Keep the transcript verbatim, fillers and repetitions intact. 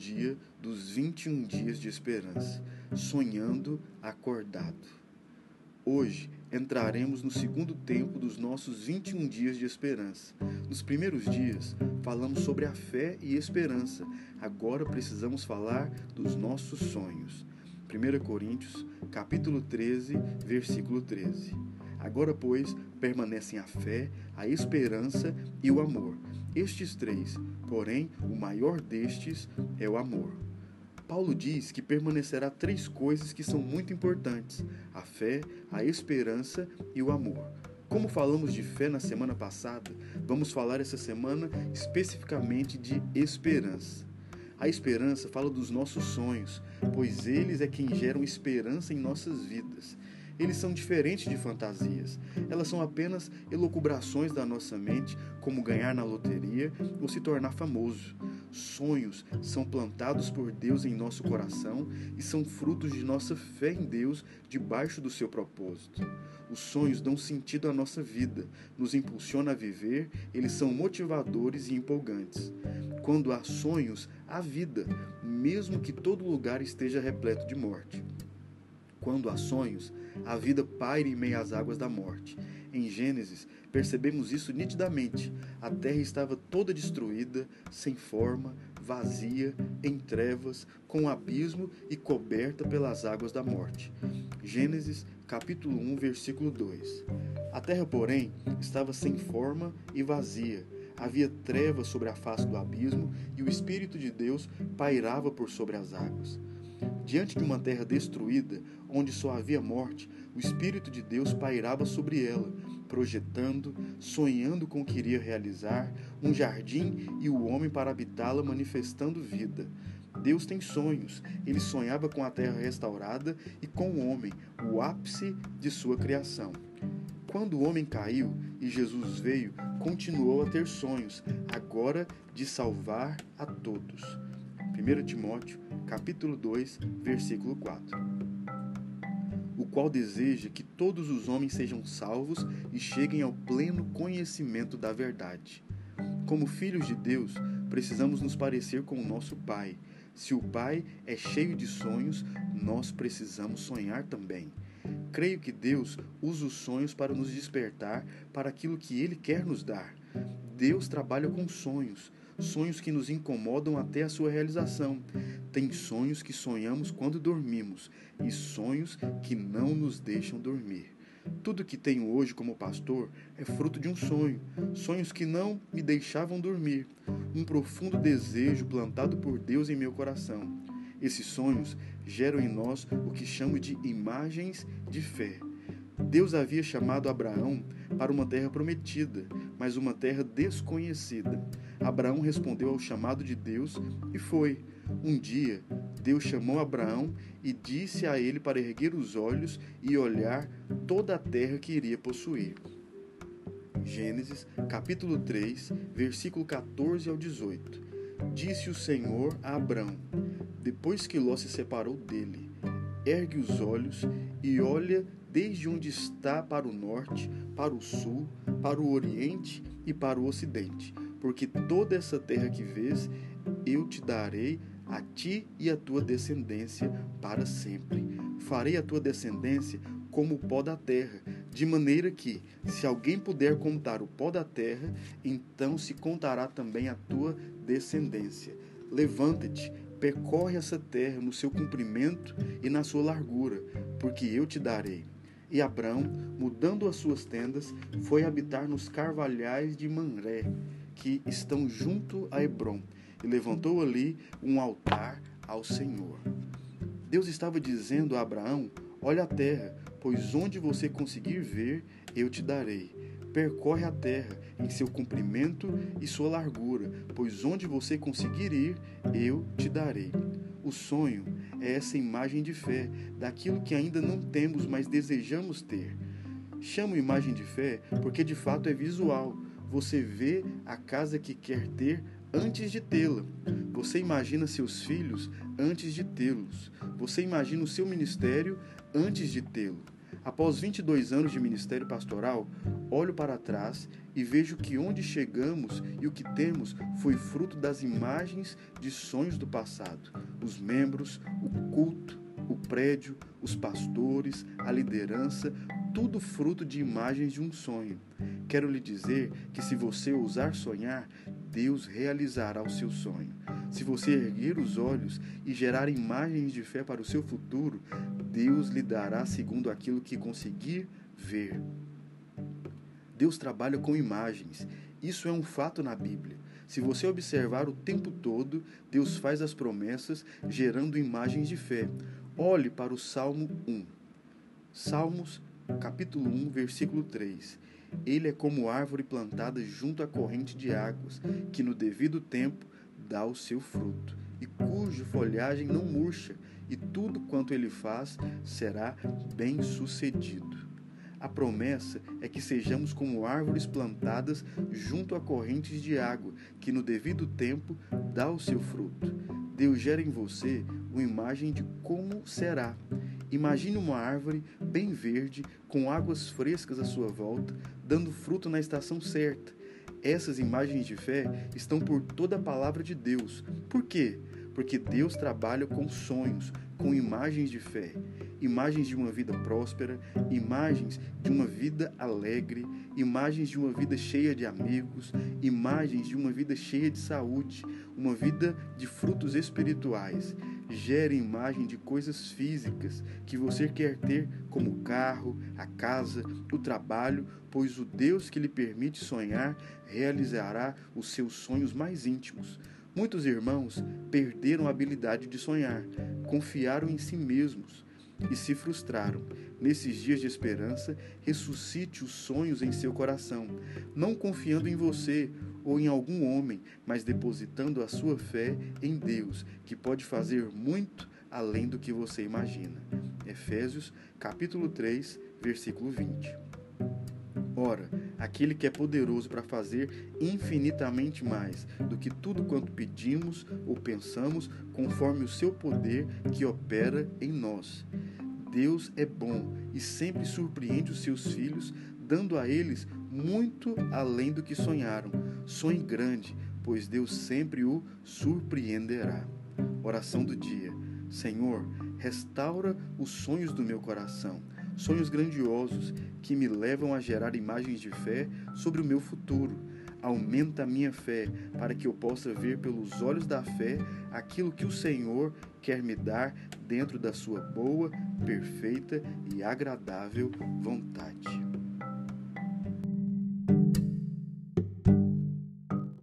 dia dos vinte e um dias de esperança, sonhando acordado. Hoje entraremos no segundo tempo dos nossos vinte e um dias de esperança. Nos primeiros dias falamos sobre a fé e esperança. Agora precisamos falar dos nossos sonhos. primeira Coríntios, capítulo treze, versículo treze. Agora, pois, permanecem a fé, a esperança e o amor. Estes três, porém, o maior destes é o amor. Paulo diz que permanecerá três coisas que são muito importantes: a fé, a esperança e o amor. Como falamos de fé na semana passada, vamos falar essa semana especificamente de esperança. A esperança fala dos nossos sonhos, pois eles é quem geram esperança em nossas vidas. Eles são diferentes de fantasias. Elas são apenas elucubrações da nossa mente, como ganhar na loteria ou se tornar famoso. Sonhos são plantados por Deus em nosso coração e são frutos de nossa fé em Deus debaixo do seu propósito. Os sonhos dão sentido à nossa vida, nos impulsionam a viver, eles são motivadores e empolgantes. Quando há sonhos, há vida, mesmo que todo lugar esteja repleto de morte. Quando há sonhos, a vida paira em meio às águas da morte. Em Gênesis, percebemos isso nitidamente. A terra estava toda destruída, sem forma, vazia, em trevas, com um abismo e coberta pelas águas da morte. Gênesis, capítulo um, versículo dois. A terra, porém, estava sem forma e vazia. Havia trevas sobre a face do abismo e o Espírito de Deus pairava por sobre as águas. Diante de uma terra destruída, onde só havia morte, o Espírito de Deus pairava sobre ela, projetando, sonhando com o que iria realizar, um jardim e o homem para habitá-la, manifestando vida. Deus tem sonhos. Ele sonhava com a terra restaurada e com o homem, o ápice de sua criação. Quando o homem caiu e Jesus veio, continuou a ter sonhos, agora de salvar a todos. primeira Timóteo, capítulo dois, versículo quatro. O qual deseja que todos os homens sejam salvos e cheguem ao pleno conhecimento da verdade. Como filhos de Deus, precisamos nos parecer com o nosso Pai. Se o Pai é cheio de sonhos, nós precisamos sonhar também. Creio que Deus usa os sonhos para nos despertar para aquilo que Ele quer nos dar. Deus trabalha com sonhos, sonhos que nos incomodam até a sua realização. Tem sonhos que sonhamos quando dormimos e sonhos que não nos deixam dormir. Tudo que tenho hoje como pastor é fruto de um sonho, sonhos que não me deixavam dormir, um profundo desejo plantado por Deus em meu coração. Esses sonhos geram em nós o que chamo de imagens de fé. Deus havia chamado Abraão para uma terra prometida, mas uma terra desconhecida. Abraão respondeu ao chamado de Deus e foi. Um dia, Deus chamou Abraão e disse a ele para erguer os olhos e olhar toda a terra que iria possuir. Gênesis, capítulo três, versículo catorze ao dezoito. Disse o Senhor a Abraão, depois que Ló se separou dele: ergue os olhos e olha desde onde está para o norte, para o sul, para o oriente e para o ocidente, porque toda essa terra que vês, eu te darei a ti e a tua descendência para sempre. Farei a tua descendência como o pó da terra, de maneira que, se alguém puder contar o pó da terra, então se contará também a tua descendência. Levanta-te, percorre essa terra no seu comprimento e na sua largura, porque eu te darei. E Abrão, mudando as suas tendas, foi habitar nos carvalhais de Mamré, que estão junto a Hebrom, e levantou ali um altar ao Senhor. Deus estava dizendo a Abraão: olha a terra, pois onde você conseguir ver, eu te darei. Percorre a terra em seu comprimento e sua largura, pois onde você conseguir ir, eu te darei. O sonho é essa imagem de fé, daquilo que ainda não temos, mas desejamos ter. Chamo imagem de fé porque de fato é visual. Você vê a casa que quer ter antes de tê-la. Você imagina seus filhos antes de tê-los. Você imagina o seu ministério antes de tê-lo. Após vinte e dois anos de ministério pastoral, olho para trás e vejo que onde chegamos e o que temos foi fruto das imagens de sonhos do passado. Os membros, o culto, o prédio, os pastores, a liderança, tudo fruto de imagens de um sonho. Quero lhe dizer que se você ousar sonhar, Deus realizará o seu sonho. Se você erguer os olhos e gerar imagens de fé para o seu futuro, Deus lhe dará segundo aquilo que conseguir ver. Deus trabalha com imagens. Isso é um fato na Bíblia. Se você observar o tempo todo, Deus faz as promessas gerando imagens de fé. Olhe para o Salmo um. Salmos, capítulo um, versículo três. Ele é como árvore plantada junto à corrente de águas, que no devido tempo dá o seu fruto, e cuja folhagem não murcha, e tudo quanto ele faz será bem sucedido. A promessa é que sejamos como árvores plantadas junto a correntes de água, que no devido tempo dá o seu fruto. Deus gera em você uma imagem de como será. Imagine uma árvore bem verde, com águas frescas à sua volta, dando fruto na estação certa. Essas imagens de fé estão por toda a palavra de Deus. Por quê? Porque Deus trabalha com sonhos, com imagens de fé, imagens de uma vida próspera, imagens de uma vida alegre, imagens de uma vida cheia de amigos, imagens de uma vida cheia de saúde, uma vida de frutos espirituais. Gere imagem de coisas físicas que você quer ter, como o carro, a casa, o trabalho, pois o Deus que lhe permite sonhar realizará os seus sonhos mais íntimos. Muitos irmãos perderam a habilidade de sonhar, confiaram em si mesmos e se frustraram. Nesses dias de esperança, ressuscite os sonhos em seu coração, não confiando em você ou em algum homem, mas depositando a sua fé em Deus, que pode fazer muito além do que você imagina. Efésios, capítulo três, versículo vinte. Ora, aquele que é poderoso para fazer infinitamente mais do que tudo quanto pedimos ou pensamos, conforme o seu poder que opera em nós. Deus é bom e sempre surpreende os seus filhos, dando a eles muito além do que sonharam. Sonhe grande, pois Deus sempre o surpreenderá. Oração do dia. Senhor, restaura os sonhos do meu coração, sonhos grandiosos que me levam a gerar imagens de fé sobre o meu futuro. Aumenta a minha fé para que eu possa ver pelos olhos da fé aquilo que o Senhor quer me dar dentro da sua boa, perfeita e agradável vontade.